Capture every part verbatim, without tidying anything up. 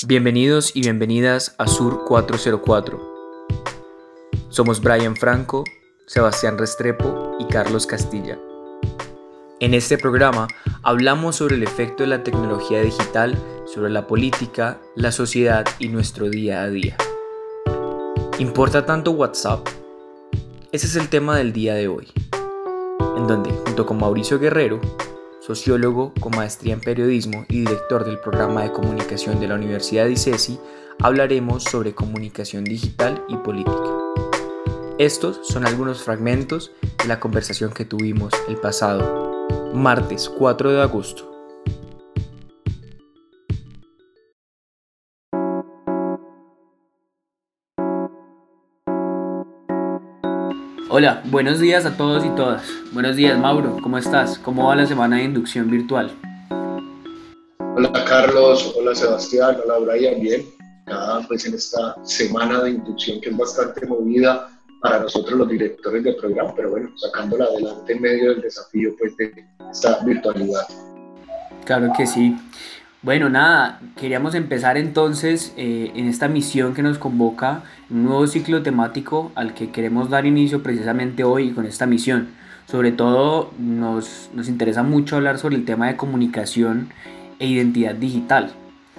Bienvenidos y bienvenidas a Sur cuatrocientos cuatro. Somos Brian Franco, Sebastián Restrepo y Carlos Castilla. En este programa hablamos sobre el efecto de la tecnología digital sobre la política, la sociedad y nuestro día a día. ¿Importa tanto WhatsApp? Ese es el tema del día de hoy, en donde, junto con Mauricio Guerrero, sociólogo con maestría en periodismo y director del programa de comunicación de la Universidad de ICESI, hablaremos sobre comunicación digital y política. Estos son algunos fragmentos de la conversación que tuvimos el pasado martes cuatro de agosto. Hola, buenos días a todos y todas. Buenos días, Mauro, ¿cómo estás? ¿Cómo va la semana de inducción virtual? Hola Carlos, hola Sebastián, hola Brian, bien. Acá pues en esta semana de inducción que es bastante movida para nosotros los directores del programa, pero bueno, sacándola adelante en medio del desafío pues de esta virtualidad. Claro que sí. Bueno, nada, queríamos empezar entonces eh, en esta misión que nos convoca, un nuevo ciclo temático al que queremos dar inicio precisamente hoy con esta misión. Sobre todo nos, nos interesa mucho hablar sobre el tema de comunicación e identidad digital.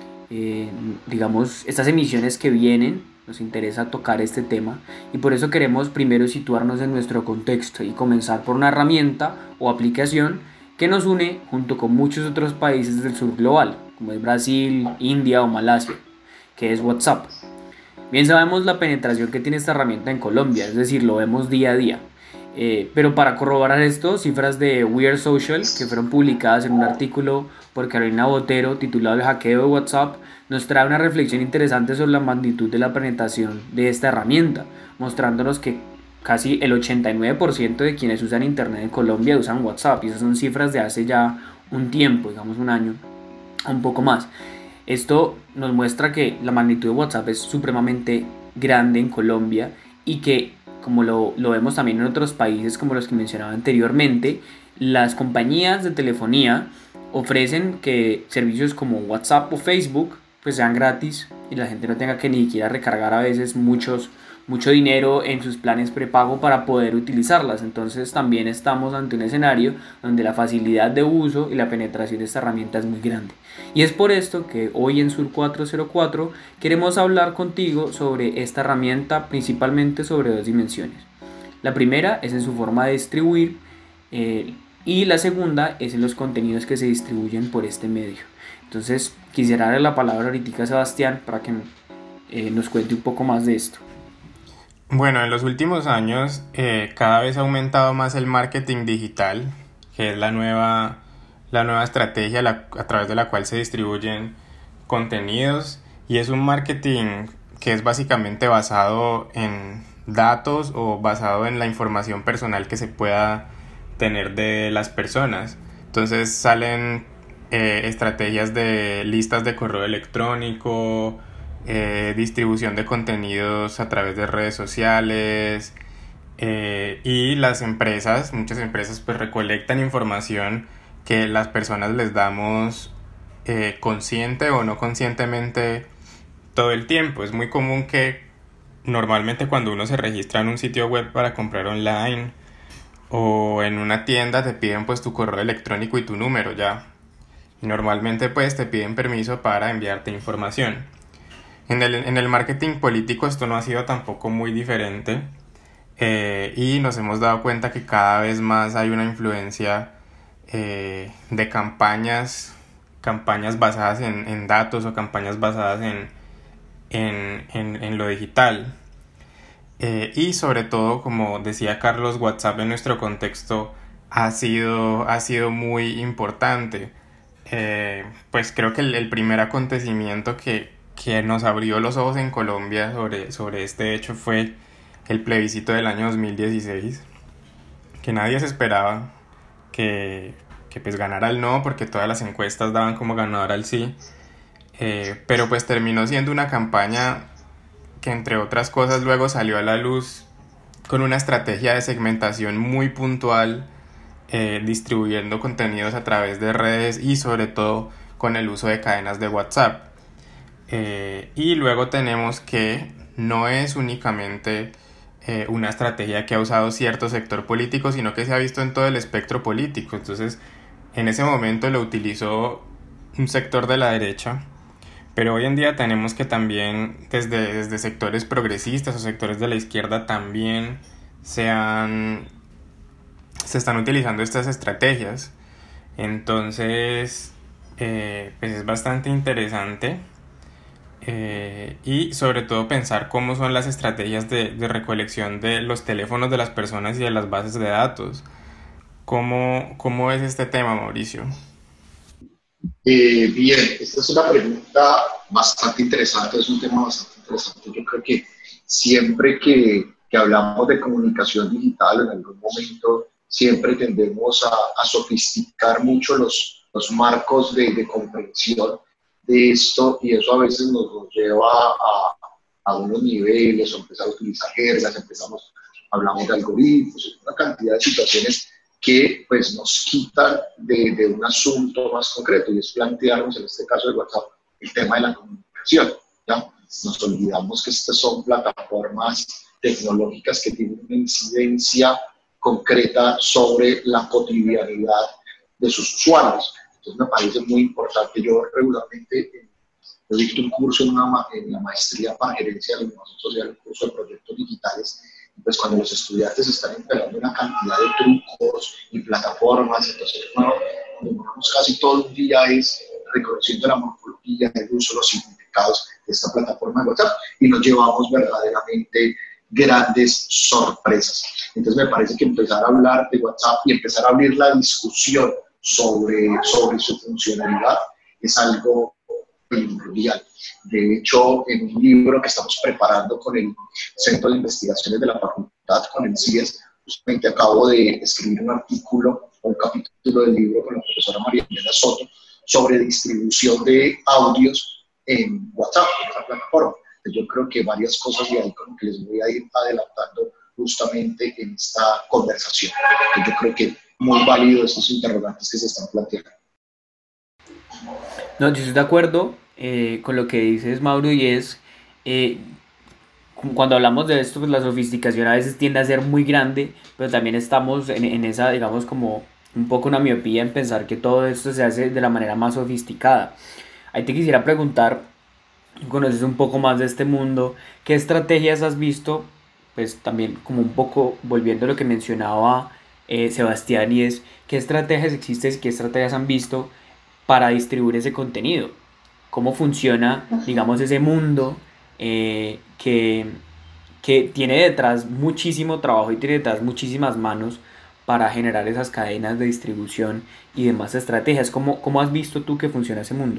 Eh, digamos, estas emisiones que vienen, nos interesa tocar este tema y por eso queremos primero situarnos en nuestro contexto y comenzar por una herramienta o aplicación que nos une junto con muchos otros países del sur global, como es Brasil, India o Malasia, que es WhatsApp. Bien sabemos la penetración que tiene esta herramienta en Colombia, es decir, lo vemos día a día. Eh, pero para corroborar esto, cifras de We Are Social, que fueron publicadas en un artículo por Carolina Botero titulado El hackeo de WhatsApp, nos trae una reflexión interesante sobre la magnitud de la penetración de esta herramienta, mostrándonos que casi el ochenta y nueve por ciento de quienes usan Internet en Colombia usan WhatsApp, y esas son cifras de hace ya un tiempo, digamos un año, un poco más. Esto nos muestra que la magnitud de WhatsApp es supremamente grande en Colombia y que, como lo, lo vemos también en otros países como los que mencionaba anteriormente, las compañías de telefonía ofrecen que servicios como WhatsApp o Facebook pues sean gratis y la gente no tenga que ni siquiera recargar a veces muchos, mucho dinero en sus planes prepago para poder utilizarlas. Entonces también estamos ante un escenario donde la facilidad de uso y la penetración de esta herramienta es muy grande. Y es por esto que hoy en Sur cuatrocientos cuatro queremos hablar contigo sobre esta herramienta, principalmente sobre dos dimensiones. La primera es en su forma de distribuir eh, y la segunda es en los contenidos que se distribuyen por este medio. Entonces quisiera darle la palabra ahorita a Sebastián para que eh, nos cuente un poco más de esto. Bueno, en los últimos años eh, cada vez ha aumentado más el marketing digital, que es la nueva, la nueva estrategia la, a través de la cual se distribuyen contenidos, y es un marketing que es básicamente basado en datos o basado en la información personal que se pueda tener de las personas. Entonces salen eh, estrategias de listas de correo electrónico, Eh, distribución de contenidos a través de redes sociales, eh, y las empresas, muchas empresas pues recolectan información que las personas les damos eh, consciente o no conscientemente todo el tiempo. Es muy común que normalmente cuando uno se registra en un sitio web para comprar online o en una tienda te piden pues tu correo electrónico y tu número ya, y normalmente pues te piden permiso para enviarte información. En el, en el marketing político esto no ha sido tampoco muy diferente, eh, y nos hemos dado cuenta que cada vez más hay una influencia eh, de campañas, campañas basadas en, en datos o campañas basadas en, en, en, en lo digital. Eh, y sobre todo, como decía Carlos, WhatsApp en nuestro contexto ha sido, ha sido muy importante. Eh, pues creo que el, el primer acontecimiento que que nos abrió los ojos en Colombia sobre, sobre este hecho fue el plebiscito del año dos mil dieciséis, que nadie se esperaba que, que pues ganara el no, porque todas las encuestas daban como ganador al sí, eh, pero pues terminó siendo una campaña que, entre otras cosas, luego salió a la luz con una estrategia de segmentación muy puntual, eh, distribuyendo contenidos a través de redes y sobre todo con el uso de cadenas de WhatsApp. Eh, y luego tenemos que no es únicamente eh, una estrategia que ha usado cierto sector político, sino que se ha visto en todo el espectro político. Entonces, en ese momento lo utilizó un sector de la derecha, pero hoy en día tenemos que también desde, desde sectores progresistas o sectores de la izquierda también se, han, se están utilizando estas estrategias. Entonces, eh, pues es bastante interesante. Eh, y sobre todo pensar cómo son las estrategias de, de recolección de los teléfonos de las personas y de las bases de datos. ¿Cómo, cómo es este tema, Mauricio? Eh, bien, esta es una pregunta bastante interesante, es un tema bastante interesante. Yo creo que siempre que, que hablamos de comunicación digital, en algún momento siempre tendemos a, a sofisticar mucho los, los marcos de, de comprensión de esto, y eso a veces nos, nos lleva a, a unos niveles, o empezar a utilizar jergas, empezamos, hablamos de algoritmos, una cantidad de situaciones que pues nos quitan de, de un asunto más concreto, y es plantearnos, en este caso de WhatsApp, el tema de la comunicación, ¿ya? Nos olvidamos que estas son plataformas tecnológicas que tienen una incidencia concreta sobre la cotidianidad de sus usuarios. Entonces me parece muy importante. Yo regularmente he dicto un curso en, una, en la maestría para gerencia de la innovación social, un curso de proyectos digitales. Pues cuando los estudiantes están empleando una cantidad de trucos y plataformas, entonces bueno, demoramos casi todo un día es reconociendo la morfología, el uso, los significados de esta plataforma de WhatsApp, y nos llevamos verdaderamente grandes sorpresas. Entonces me parece que empezar a hablar de WhatsApp y empezar a abrir la discusión sobre, sobre su funcionalidad es algo primordial. De hecho, en un libro que estamos preparando con el Centro de Investigaciones de la Facultad, con el C I E S, justamente acabo de escribir un artículo o un capítulo del libro con la profesora María Elena Soto sobre distribución de audios en WhatsApp, en esta plataforma. Yo creo que varias cosas de ahí con lo que les voy a ir adelantando justamente en esta conversación. Yo creo que muy válido estos interrogantes que se están planteando. No, yo estoy de acuerdo eh, con lo que dices, Mauro, y es, eh, cuando hablamos de esto, pues la sofisticación a veces tiende a ser muy grande, pero también estamos en, en esa, digamos, como un poco una miopía en pensar que todo esto se hace de la manera más sofisticada. Ahí te quisiera preguntar, conoces un poco más de este mundo, ¿qué estrategias has visto? Pues también como un poco volviendo a lo que mencionaba eh, Sebastián, y es, ¿qué estrategias existen, qué estrategias han visto para distribuir ese contenido? ¿Cómo funciona, digamos, ese mundo eh, que, que tiene detrás muchísimo trabajo y tiene detrás muchísimas manos para generar esas cadenas de distribución y demás estrategias? ¿Cómo, cómo has visto tú que funciona ese mundo?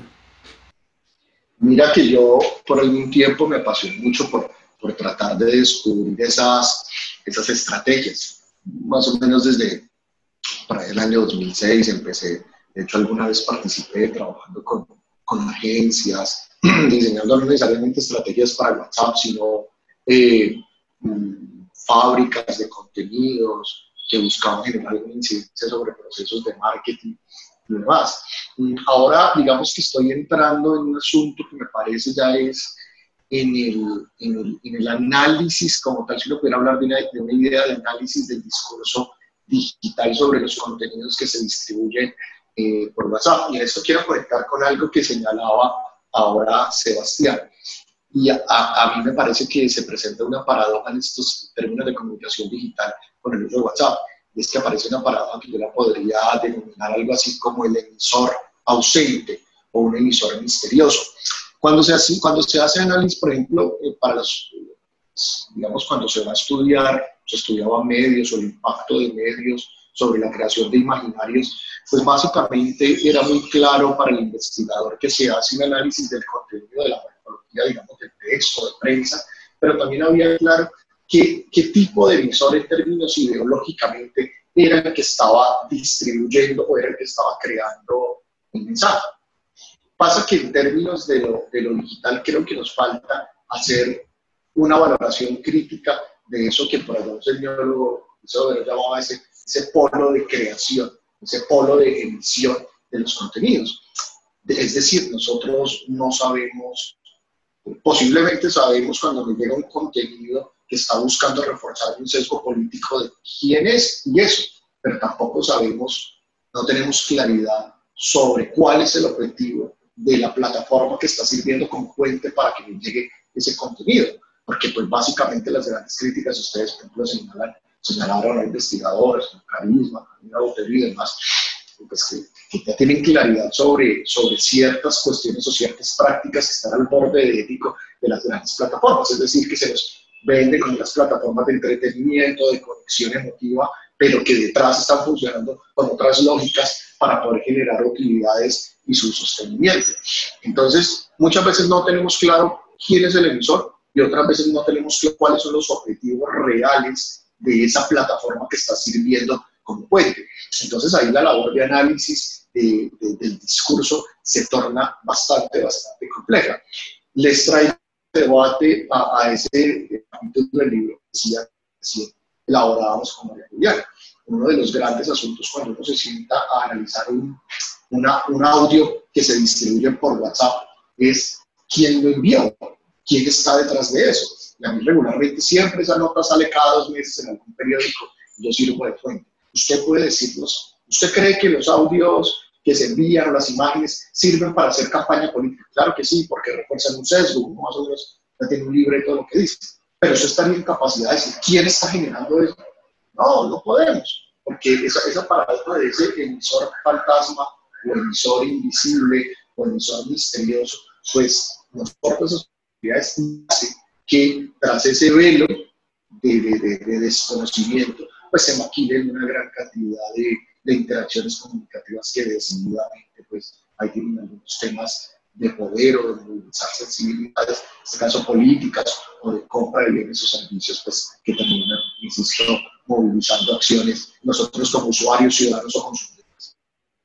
Mira que yo por algún tiempo me apasioné mucho por, por tratar de descubrir esas, esas estrategias. Más o menos desde para el año dos mil seis empecé. De hecho, alguna vez participé trabajando con, con agencias, diseñando no necesariamente estrategias para WhatsApp, sino eh, mm, fábricas de contenidos que buscaban generar alguna incidencia sobre procesos de marketing y demás. Ahora, digamos que estoy entrando en un asunto que me parece ya es en el, en el, en el análisis como tal, si uno pudiera hablar de una, de una idea de análisis del discurso digital sobre los contenidos que se distribuyen eh, por WhatsApp. Y en esto quiero conectar con algo que señalaba ahora Sebastián. Y a, a, a mí me parece que se presenta una paradoja en estos términos de comunicación digital con el uso de WhatsApp. Y es que aparece una paradoja que yo la podría denominar algo así como el emisor ausente o un emisor misterioso. Cuando se hace, cuando se hace análisis, por ejemplo, eh, para los, digamos, cuando se va a estudiar, se estudiaba medios o el impacto de medios sobre la creación de imaginarios, pues básicamente era muy claro para el investigador que se hace un análisis del contenido de la morfología, digamos, del texto, de prensa, pero también había claro qué, qué tipo de emisor en términos ideológicamente era el que estaba distribuyendo o era el que estaba creando el mensaje. Pasa que en términos de lo, de lo digital creo que nos falta hacer una valoración crítica de eso que por allá un semiólogo llamaba ese, ese polo de creación, ese polo de emisión de los contenidos. Es decir, nosotros no sabemos Posiblemente sabemos cuando nos llega un contenido que está buscando reforzar un sesgo político de quién es y eso, pero tampoco sabemos, no tenemos claridad sobre cuál es el objetivo de la plataforma que está sirviendo como fuente para que nos llegue ese contenido. Porque pues básicamente las grandes críticas, ustedes por ejemplo señalan, señalaron a investigadores, a Carisma, a Botero y demás, pues que, que ya tienen claridad sobre, sobre ciertas cuestiones o ciertas prácticas que están al borde ético de las grandes plataformas, es decir, que se nos vende con las plataformas de entretenimiento, de conexión emotiva, pero que detrás están funcionando con otras lógicas para poder generar utilidades y su sostenimiento. Entonces, muchas veces no tenemos claro quién es el emisor y otras veces no tenemos claro cuáles son los objetivos reales de esa plataforma que está sirviendo como puente. Entonces ahí la labor de análisis de, de, del discurso se torna bastante, bastante compleja. Les traigo debate a, a ese capítulo del libro que decía, decía, elaborábamos con María Juliana. Uno de los grandes asuntos cuando uno se sienta a analizar un, una, un audio que se distribuye por WhatsApp es quién lo envió, quién está detrás de eso. Y a mí regularmente siempre esa nota sale cada dos meses en algún periódico y yo sirvo de fuente. Usted puede decirnos, ¿usted cree que los audios que se envían o las imágenes sirven para hacer campaña política? Claro que sí, porque refuerzan un sesgo, uno más o menos ya tiene un libro y todo lo que dice. Pero eso estaría en capacidad de decir, ¿quién está generando eso? No, no podemos, porque esa, esa paradoja de ese emisor fantasma o emisor invisible o emisor misterioso, pues nos porta esas posibilidades y hace que tras ese velo de, de, de, de desconocimiento, pues se maquilen una gran cantidad de, de interacciones comunicativas que decididamente pues ahí tienen algunos temas de poder o de movilizar sensibilidades, en este caso políticas o de compra de bienes o servicios, pues que terminan, insisto, movilizando acciones nosotros como usuarios, ciudadanos o consumidores.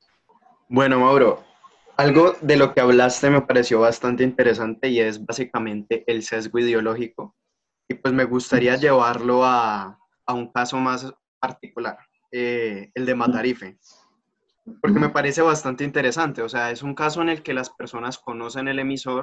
Bueno, Mauro, algo de lo que hablaste me pareció bastante interesante y es básicamente el sesgo ideológico. Y pues me gustaría llevarlo a, a un caso más particular, eh, el de Matarife, porque me parece bastante interesante. O sea, es un caso en el que las personas conocen el emisor,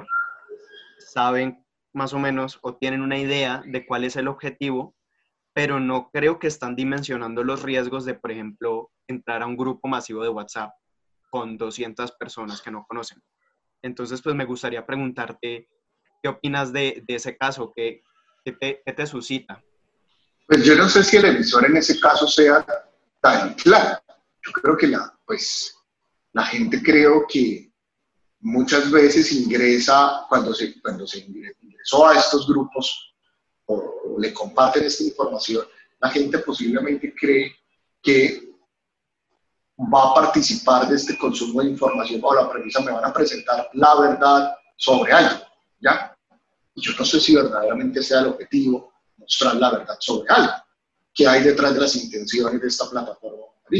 saben más o menos o tienen una idea de cuál es el objetivo, pero no creo que están dimensionando los riesgos de, por ejemplo, entrar a un grupo masivo de WhatsApp con doscientas personas que no conocen. Entonces, pues me gustaría preguntarte, ¿qué opinas de, de ese caso? ¿Qué, qué, te, ¿Qué te suscita? Pues yo no sé si el emisor en ese caso sea tan claro. Yo creo que la, pues, la gente creo que muchas veces ingresa, cuando se, cuando se ingresó a estos grupos o, o le comparten esta información, la gente posiblemente cree que va a participar de este consumo de información bajo la premisa me van a presentar la verdad sobre algo, ¿ya? Y yo no sé si verdaderamente sea el objetivo mostrar la verdad sobre algo, qué hay detrás de las intenciones de esta plataforma,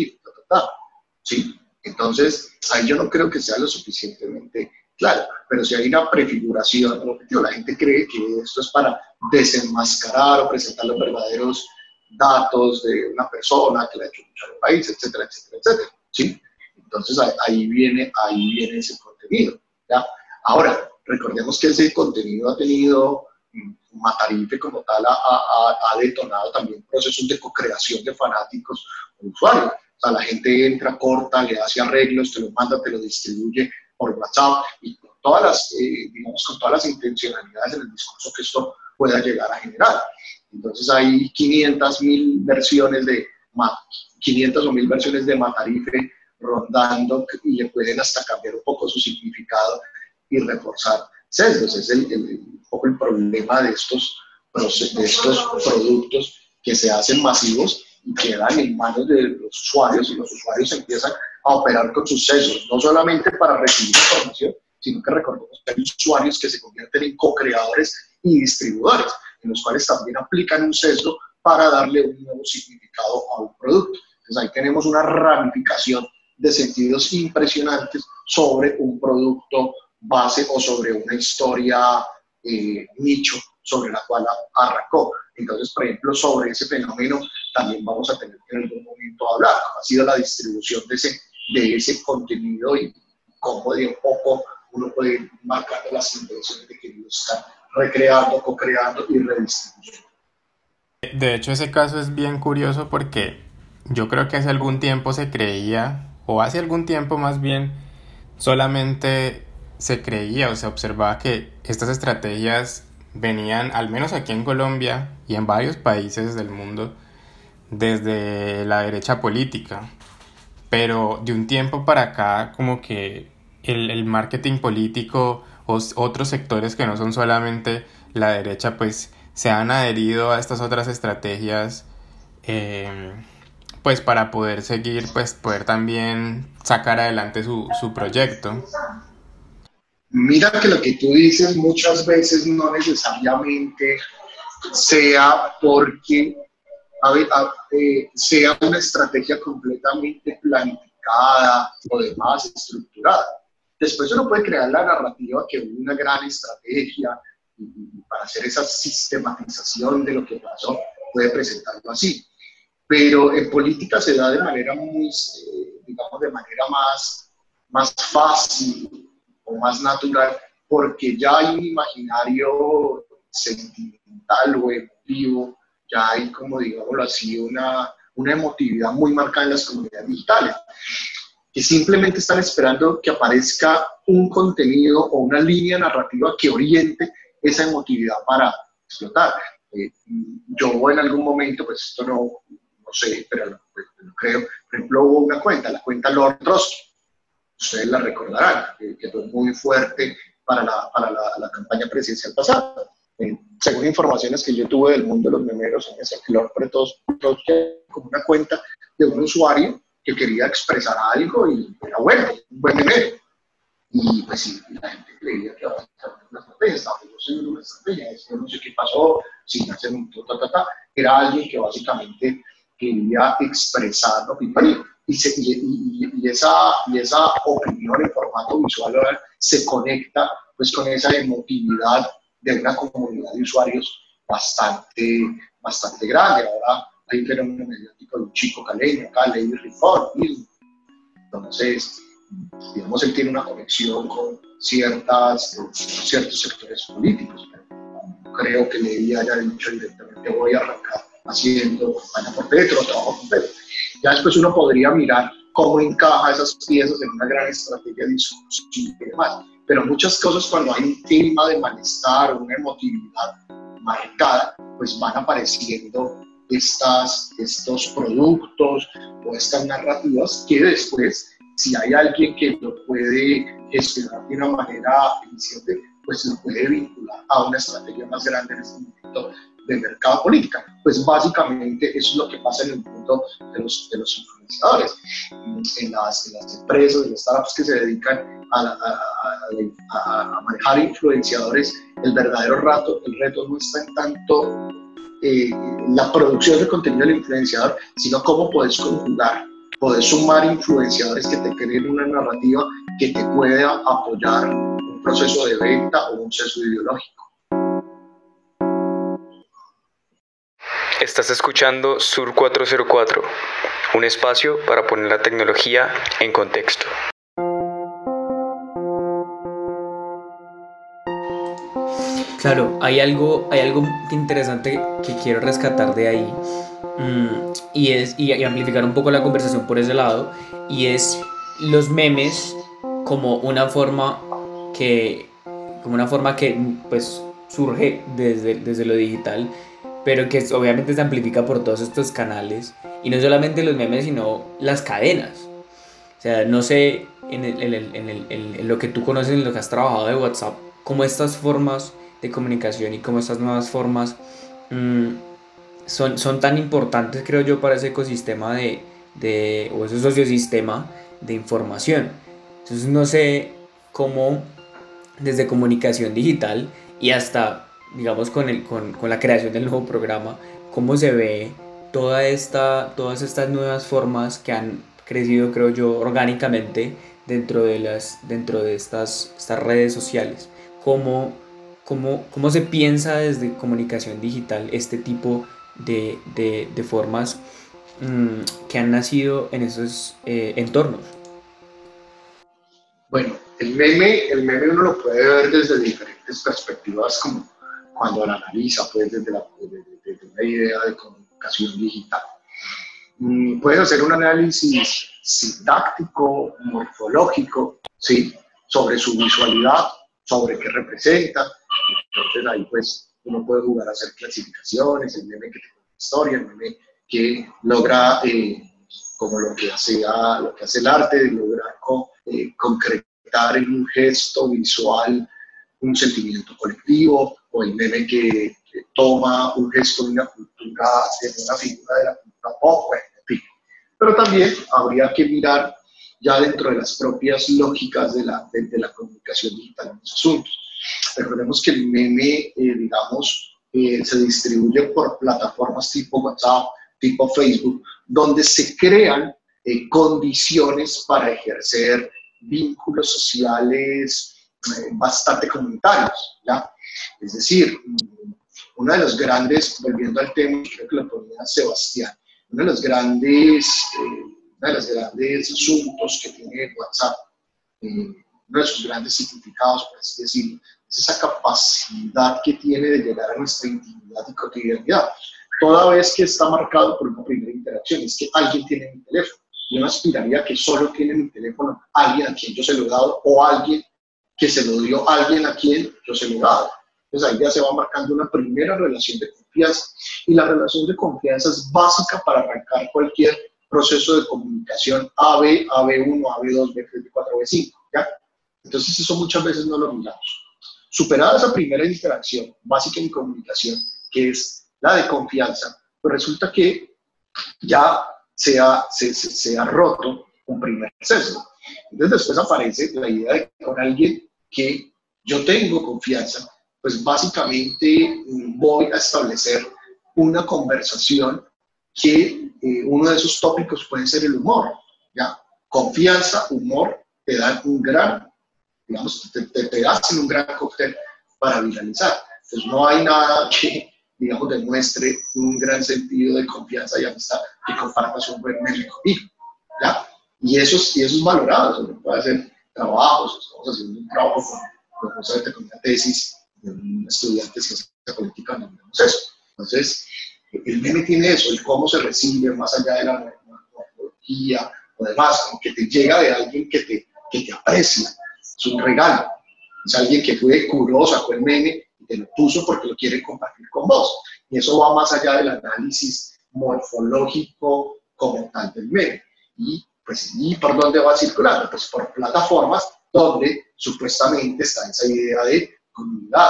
¿sí? Entonces, ahí yo no creo que sea lo suficientemente claro, pero si hay una prefiguración del objetivo, la gente cree que esto es para desenmascarar o presentar los verdaderos datos de una persona que le ha hecho mucho al país, etcétera, etcétera, etcétera, ¿sí? Entonces ahí viene, ahí viene ese contenido, ¿ya? Ahora, recordemos que ese contenido ha tenido, Matarife como tal ha, ha, ha detonado también procesos de co-creación de fanáticos o usuarios. O sea, la gente entra, corta, le hace arreglos, te lo manda, te lo distribuye por WhatsApp y con todas las, eh, digamos, con todas las intencionalidades en el discurso que esto pueda llegar a generar. Entonces hay quinientas mil versiones de, quinientas o mil versiones de Matarife rondando y le pueden hasta cambiar un poco su significado y reforzar sesgos. Es el, el, un poco el problema de estos, de estos productos que se hacen masivos y quedan en manos de los usuarios y los usuarios empiezan a operar con sus sesgos, no solamente para recibir información, sino que recordemos que hay usuarios que se convierten en co-creadores y distribuidores, en los cuales también aplican un sesgo para darle un nuevo significado a un producto. Entonces ahí tenemos una ramificación de sentidos impresionantes sobre un producto base o sobre una historia eh, nicho sobre la cual arrancó. Entonces, por ejemplo, sobre ese fenómeno también vamos a tener que en algún momento hablar, cómo ha sido la distribución de ese, de ese contenido y cómo de un poco uno puede ir marcando las intenciones de que lo están recreando, co-creando y redistribuyendo. De hecho, ese caso es bien curioso porque yo creo que hace algún tiempo se creía, o hace algún tiempo más bien, solamente se creía o se observaba que estas estrategias venían, al menos aquí en Colombia y en varios países del mundo, desde la derecha política. Pero de un tiempo para acá, como que el, el marketing político o otros sectores que no son solamente la derecha, pues se han adherido a estas otras estrategias, eh, pues para poder seguir, pues poder también sacar adelante su, su proyecto. Mira que lo que tú dices muchas veces no necesariamente sea porque a ver, a, eh, sea una estrategia completamente planificada o demás estructurada. Después uno puede crear la narrativa que hubo una gran estrategia y, y para hacer esa sistematización de lo que pasó, puede presentarlo así. Pero en política se da de manera muy, eh, digamos, de manera más, más fácil o más natural, porque ya hay un imaginario sentimental o emotivo, ya hay, como digámoslo así, una, una emotividad muy marcada en las comunidades digitales, que simplemente están esperando que aparezca un contenido o una línea narrativa que oriente esa emotividad para explotar. Eh, yo en algún momento, pues esto no, no sé, pero pues, no creo, por ejemplo, hubo una cuenta, la cuenta Lord Trotsky, ustedes la recordarán, que, que fue muy fuerte para la, para la, la campaña presidencial pasada. Eh, según informaciones que yo tuve del mundo de los memeros, en ese Lord Trotsky como una cuenta de un usuario que quería expresar algo y era bueno, un buen memero. Y pues sí, la gente creía que iba a ser una estrategia, estaba en una estrategia, yo no sé qué pasó, sin hacer un ta, ta, ta, era alguien que básicamente quería expresar opinión y, se, y, y, y, esa, y esa opinión en formato visual se conecta pues con esa emotividad de una comunidad de usuarios bastante, bastante grande. Ahora hay un fenómeno mediático de un chico caleño, acá, Levi Rifón, mismo. Entonces, digamos, él tiene una conexión con ciertas, ciertos sectores políticos, pero creo que Levi haya dicho directamente voy a arrancar haciendo campaña por Petro, trabajo con Petro. Ya después uno podría mirar cómo encaja esas piezas en una gran estrategia discursiva y demás. Pero muchas cosas, cuando hay un clima de malestar, una emotividad marcada, pues van apareciendo estas, estos productos o estas narrativas que después, si hay alguien que lo puede gestionar de una manera eficiente, pues lo puede vincular a una estrategia más grande en este momento de mercado política. Pues básicamente eso es lo que pasa en el mundo de los, de los influenciadores. En las, en las empresas, en las startups que se dedican a, a, a, a, a manejar influenciadores, el verdadero reto, el reto no está en tanto eh, la producción de contenido del influenciador, sino cómo puedes conjugar, puedes sumar influenciadores que te creen una narrativa que te pueda apoyar un proceso de venta o un sesgo ideológico. Estás escuchando Sur cuatrocientos cuatro, un espacio para poner la tecnología en contexto. Claro, hay algo, hay algo interesante que quiero rescatar de ahí, mmm, y es y, y amplificar un poco la conversación por ese lado, y es los memes como una forma que, como una forma que pues surge desde, desde lo digital, pero que obviamente se amplifica por todos estos canales, y no solamente los memes, sino las cadenas. O sea, no sé, en, el, en, el, en, el, en lo que tú conoces, en lo que has trabajado de WhatsApp, cómo estas formas de comunicación y cómo estas nuevas formas mmm, son, son tan importantes, creo yo, para ese ecosistema de, de, o ese sociosistema de información. Entonces no sé cómo desde comunicación digital y hasta, digamos, con, el, con, con la creación del nuevo programa, cómo se ve toda esta, todas estas nuevas formas que han crecido, creo yo, orgánicamente dentro de, las, dentro de estas, estas redes sociales. Cómo, cómo, cómo se piensa desde comunicación digital este tipo de, de, de formas mmm, que han nacido en esos eh, entornos. Bueno, el meme, el meme uno lo puede ver desde diferentes perspectivas, como cuando lo analiza, pues desde, la, desde, desde una idea de comunicación digital. Mm, puedes hacer un análisis sintáctico, morfológico, ¿sí? Sobre su visualidad, sobre qué representa. Entonces ahí pues uno puede jugar a hacer clasificaciones, el meme que te cuenta historia, el meme que logra, eh, como lo que, hace, lo que hace el arte, lograr con, eh, concretar en un gesto visual un sentimiento colectivo, o el meme que, que toma un gesto de una cultura, de una figura de la cultura pop, bueno, en fin. Pero también habría que mirar ya dentro de las propias lógicas de la, de, de la comunicación digital en los asuntos. Recordemos que el meme, eh, digamos, eh, se distribuye por plataformas tipo WhatsApp, tipo Facebook, donde se crean eh, condiciones para ejercer vínculos sociales eh, bastante comunitarios, ¿ya? Es decir, uno de los grandes, volviendo al tema, creo que lo ponía Sebastián, uno de los grandes, eh, uno de los grandes asuntos que tiene WhatsApp, eh, uno de sus grandes significados, por así decirlo, es esa capacidad que tiene de llegar a nuestra intimidad y cotidianidad. Toda vez que está marcado por una primera interacción, es que alguien tiene mi teléfono. Yo no aspiraría que solo tiene mi teléfono alguien a quien yo se lo he dado, o alguien que se lo dio a alguien a quien yo se lo he dado. Entonces ahí ya se va marcando una primera relación de confianza. Y la relación de confianza es básica para arrancar cualquier proceso de comunicación A B, A B uno, A B dos, B tres, B cuatro, B cinco, ¿ya? Entonces eso muchas veces no lo miramos. Superada esa primera interacción básica en comunicación, que es la de confianza, pues resulta que ya se ha, se, se, se ha roto un primer sesgo. Entonces después aparece la idea de que con alguien que yo tengo confianza, pues básicamente voy a establecer una conversación que eh, uno de esos tópicos puede ser el humor, ¿ya? Confianza, humor, te dan un gran, digamos, te, te, te hacen un gran cóctel para viralizar. Entonces no hay nada que, digamos, demuestre un gran sentido de confianza y amistad que compartas un buen meme conmigo, ¿ya? Y eso es, y eso es valorado, uno puede hacer trabajos, estamos haciendo un trabajo con, con, con una tesis de un estudiante de ciencia política donde vemos eso. Entonces, el meme tiene eso, el cómo se recibe más allá de la morfología o demás, como que te llega de alguien que te, que te aprecia, es un regalo, es alguien que fue curioso, sacó el meme y te lo puso porque lo quiere compartir con vos. Y eso va más allá del análisis morfológico como tal del meme. Y pues, ¿y por dónde va circulando? Pues por plataformas donde supuestamente está esa idea de comunidad,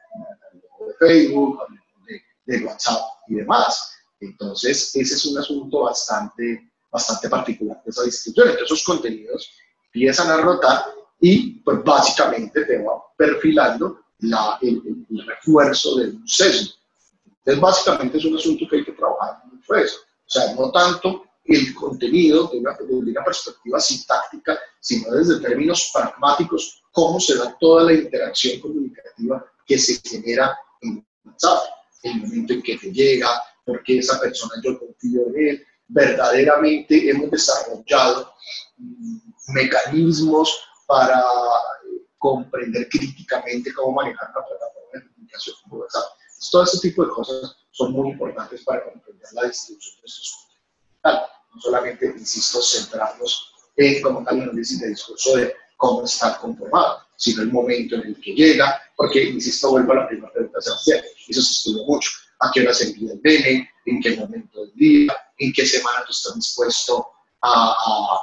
de Facebook, de, de WhatsApp y demás. Entonces, ese es un asunto bastante, bastante particular de esa distribución. Entonces, esos contenidos empiezan a rotar y, pues, básicamente te va perfilando la, el, el, el refuerzo de un sesgo. Entonces, básicamente es un asunto que hay que trabajar mucho eso. O sea, no tanto el contenido de una, de una perspectiva sintáctica, sino desde términos pragmáticos, cómo se da toda la interacción comunicativa que se genera en WhatsApp, el momento en que te llega, porque esa persona yo confío en él. Verdaderamente hemos desarrollado um, mecanismos para eh, comprender críticamente cómo manejar una plataforma de comunicación como WhatsApp. Entonces, todo ese tipo de cosas son muy importantes para comprender la distribución de estos contenidos. No solamente, insisto, centrarnos en como tal análisis de discurso de cómo está conformado, sino el momento en el que llega, porque, insisto, vuelvo a la primera pregunta de Sebastián, eso se estudia mucho. ¿A qué hora se envía el meme? ¿En qué momento del día? ¿En qué semana tú estás dispuesto a, a,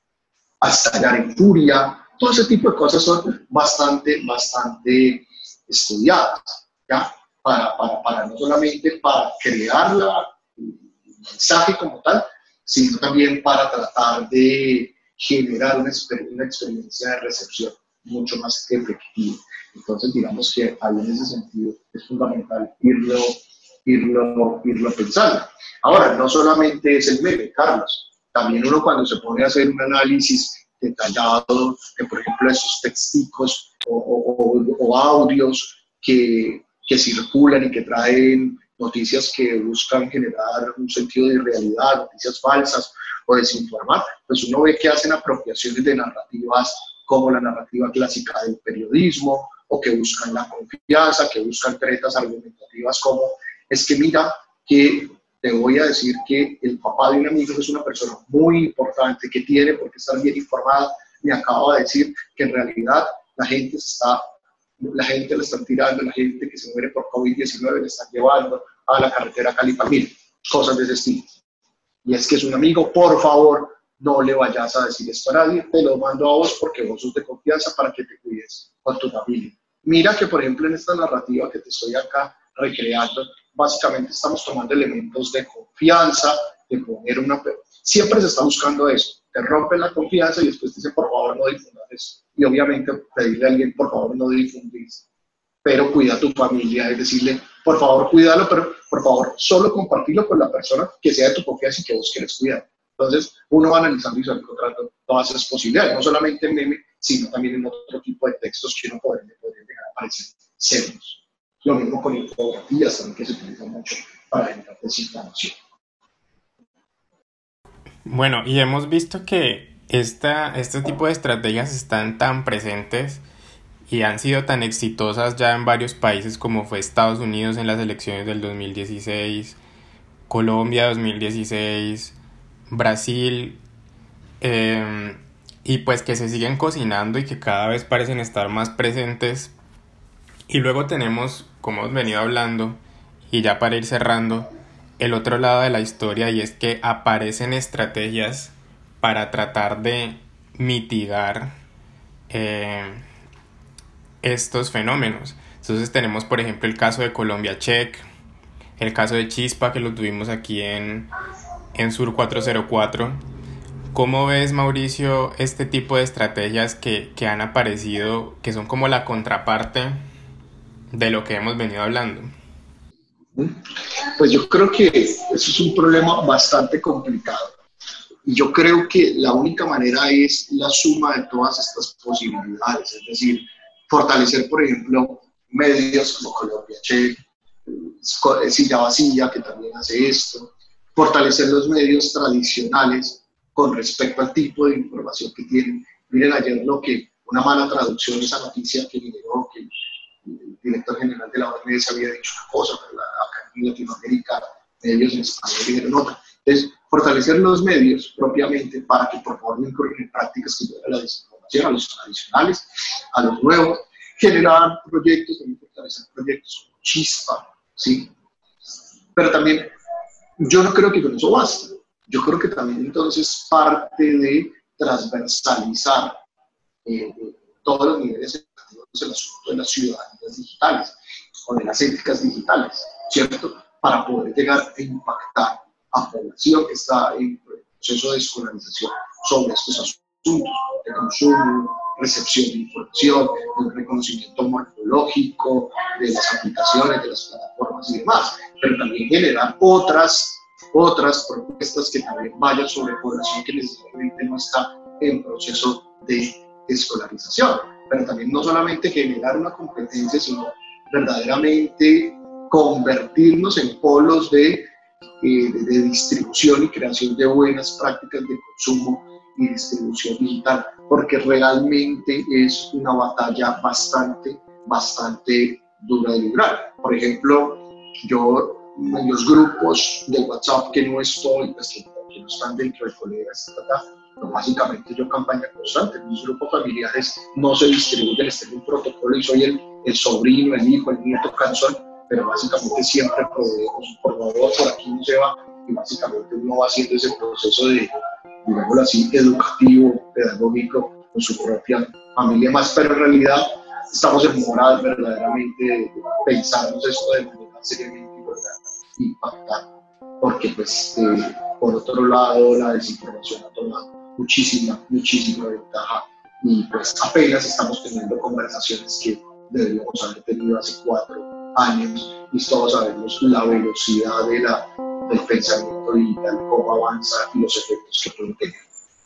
a estallar en furia? Todo ese tipo de cosas son bastante, bastante estudiadas, ¿ya? Para, para, para no solamente para crear la, el mensaje como tal, sino también para tratar de generar una, exper una experiencia de recepción mucho más efectiva. Entonces, digamos que ahí en ese sentido es fundamental irlo, irlo, irlo pensando. Ahora, no solamente es el meme, Carlos, también uno cuando se pone a hacer un análisis detallado, de, por ejemplo, esos texticos o, o, o, o audios que, que circulan y que traen noticias que buscan generar un sentido de irrealidad, noticias falsas o desinformar, pues uno ve que hacen apropiaciones de narrativas como la narrativa clásica del periodismo, o que buscan la confianza, que buscan tretas argumentativas como, es que mira que te voy a decir que el papá de un amigo es una persona muy importante, que tiene por qué estar bien informada, me acaba de decir que en realidad la gente se está, la gente la están tirando, la gente que se muere por COVID diecinueve la están llevando a la carretera Cali-Palmira, cosas de ese estilo. Y es que es un amigo, por favor, no le vayas a decir esto a nadie, te lo mando a vos porque vos sos de confianza para que te cuides con tu familia. Mira que, por ejemplo, en esta narrativa que te estoy acá recreando, básicamente estamos tomando elementos de confianza, de poner una... Siempre se está buscando eso, te rompen la confianza y después te dicen, por favor, no difundas eso. Y obviamente pedirle a alguien, por favor, no difundís, pero cuida a tu familia, es decirle, por favor, cuídalo, pero por favor, solo compartirlo con la persona que sea de tu confianza y que vos quieres cuidar. Entonces, uno va analizando y se va encontrando todas esas posibilidades, no solamente en meme, sino también en otro tipo de textos que uno podría, podría llegar a parecer serios. Lo mismo con infografías también, que se utilizan mucho para generar desinformación. Bueno, y hemos visto que esta, este tipo de estrategias están tan presentes y han sido tan exitosas ya en varios países como fue Estados Unidos en las elecciones del dos mil dieciséis, Colombia dos mil dieciséis, Brasil, eh, y pues que se siguen cocinando y que cada vez parecen estar más presentes. Y luego tenemos, como hemos venido hablando, y ya para ir cerrando, el otro lado de la historia, y es que aparecen estrategias para tratar de mitigar eh, estos fenómenos. Entonces tenemos, por ejemplo, el caso de Colombia Check, el caso de Chispa, que lo tuvimos aquí en, en Sur cuatrocientos cuatro. ¿Cómo ves, Mauricio, este tipo de estrategias que, que han aparecido, que son como la contraparte de lo que hemos venido hablando? Pues yo creo que eso es un problema bastante complicado. Y yo creo que la única manera es la suma de todas estas posibilidades, es decir, fortalecer, por ejemplo, medios como Colombia Check, Silla Vacía, que también hace esto, fortalecer los medios tradicionales con respecto al tipo de información que tienen. Miren ayer lo que, una mala traducción de esa noticia que generó que el director general de la O M S había dicho una cosa, pero la, acá en Latinoamérica, medios en español dijeron otra. Entonces, fortalecer los medios propiamente para que por favor no incurran en prácticas que lleven a la desinformación, a los tradicionales, a los nuevos, generar proyectos, también fortalecer proyectos como Chispa, ¿sí? Pero también, yo no creo que con eso basta. Yo creo que también entonces parte de transversalizar eh, todos los niveles educativos el asunto de las ciudadanías digitales o de las éticas digitales, ¿cierto? Para poder llegar a impactar a población que está en proceso de escolarización sobre estos asuntos de consumo, recepción de información, de reconocimiento morfológico, de las aplicaciones, de las plataformas y demás, pero también generar otras, otras propuestas que también vayan sobre población que necesariamente no está en proceso de escolarización, pero también no solamente generar una competencia, sino verdaderamente convertirnos en polos de, eh, de, de distribución y creación de buenas prácticas de consumo y distribución digital, porque realmente es una batalla bastante, bastante dura de librar. Por ejemplo, yo en los grupos de WhatsApp que no estoy, pues, que, que no están dentro de colegas, pero básicamente yo campaña constante. En mis grupos familiares no se distribuyen, está en un protocolo y soy el, el sobrino, el hijo, el nieto cansón, pero básicamente siempre proveemos, por favor, por aquí no se va, y básicamente uno va haciendo ese proceso de, digámoslo así, educativo, pedagógico, con su propia familia más, pero en realidad estamos en moral verdaderamente de pensarnos esto de manera seriamente y impactar, porque pues eh, por otro lado la desinformación ha tomado muchísima, muchísima ventaja y pues apenas estamos teniendo conversaciones que deberíamos haber tenido hace cuatro años y todos sabemos la velocidad de la, del pensamiento digital, cómo avanza y los efectos que puede tener.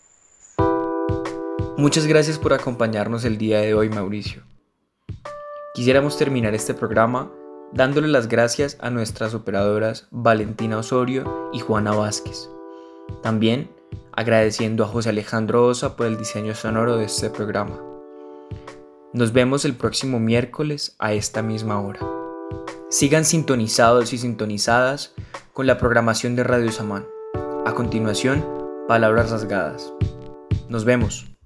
Muchas gracias por acompañarnos el día de hoy, Mauricio. Quisiéramos terminar este programa dándole las gracias a nuestras operadoras Valentina Osorio y Juana Vázquez. También agradeciendo a José Alejandro Osa por el diseño sonoro de este programa. Nos vemos el próximo miércoles a esta misma hora. Sigan sintonizados y sintonizadas con la programación de Radio Samán. A continuación, Palabras Rasgadas. Nos vemos.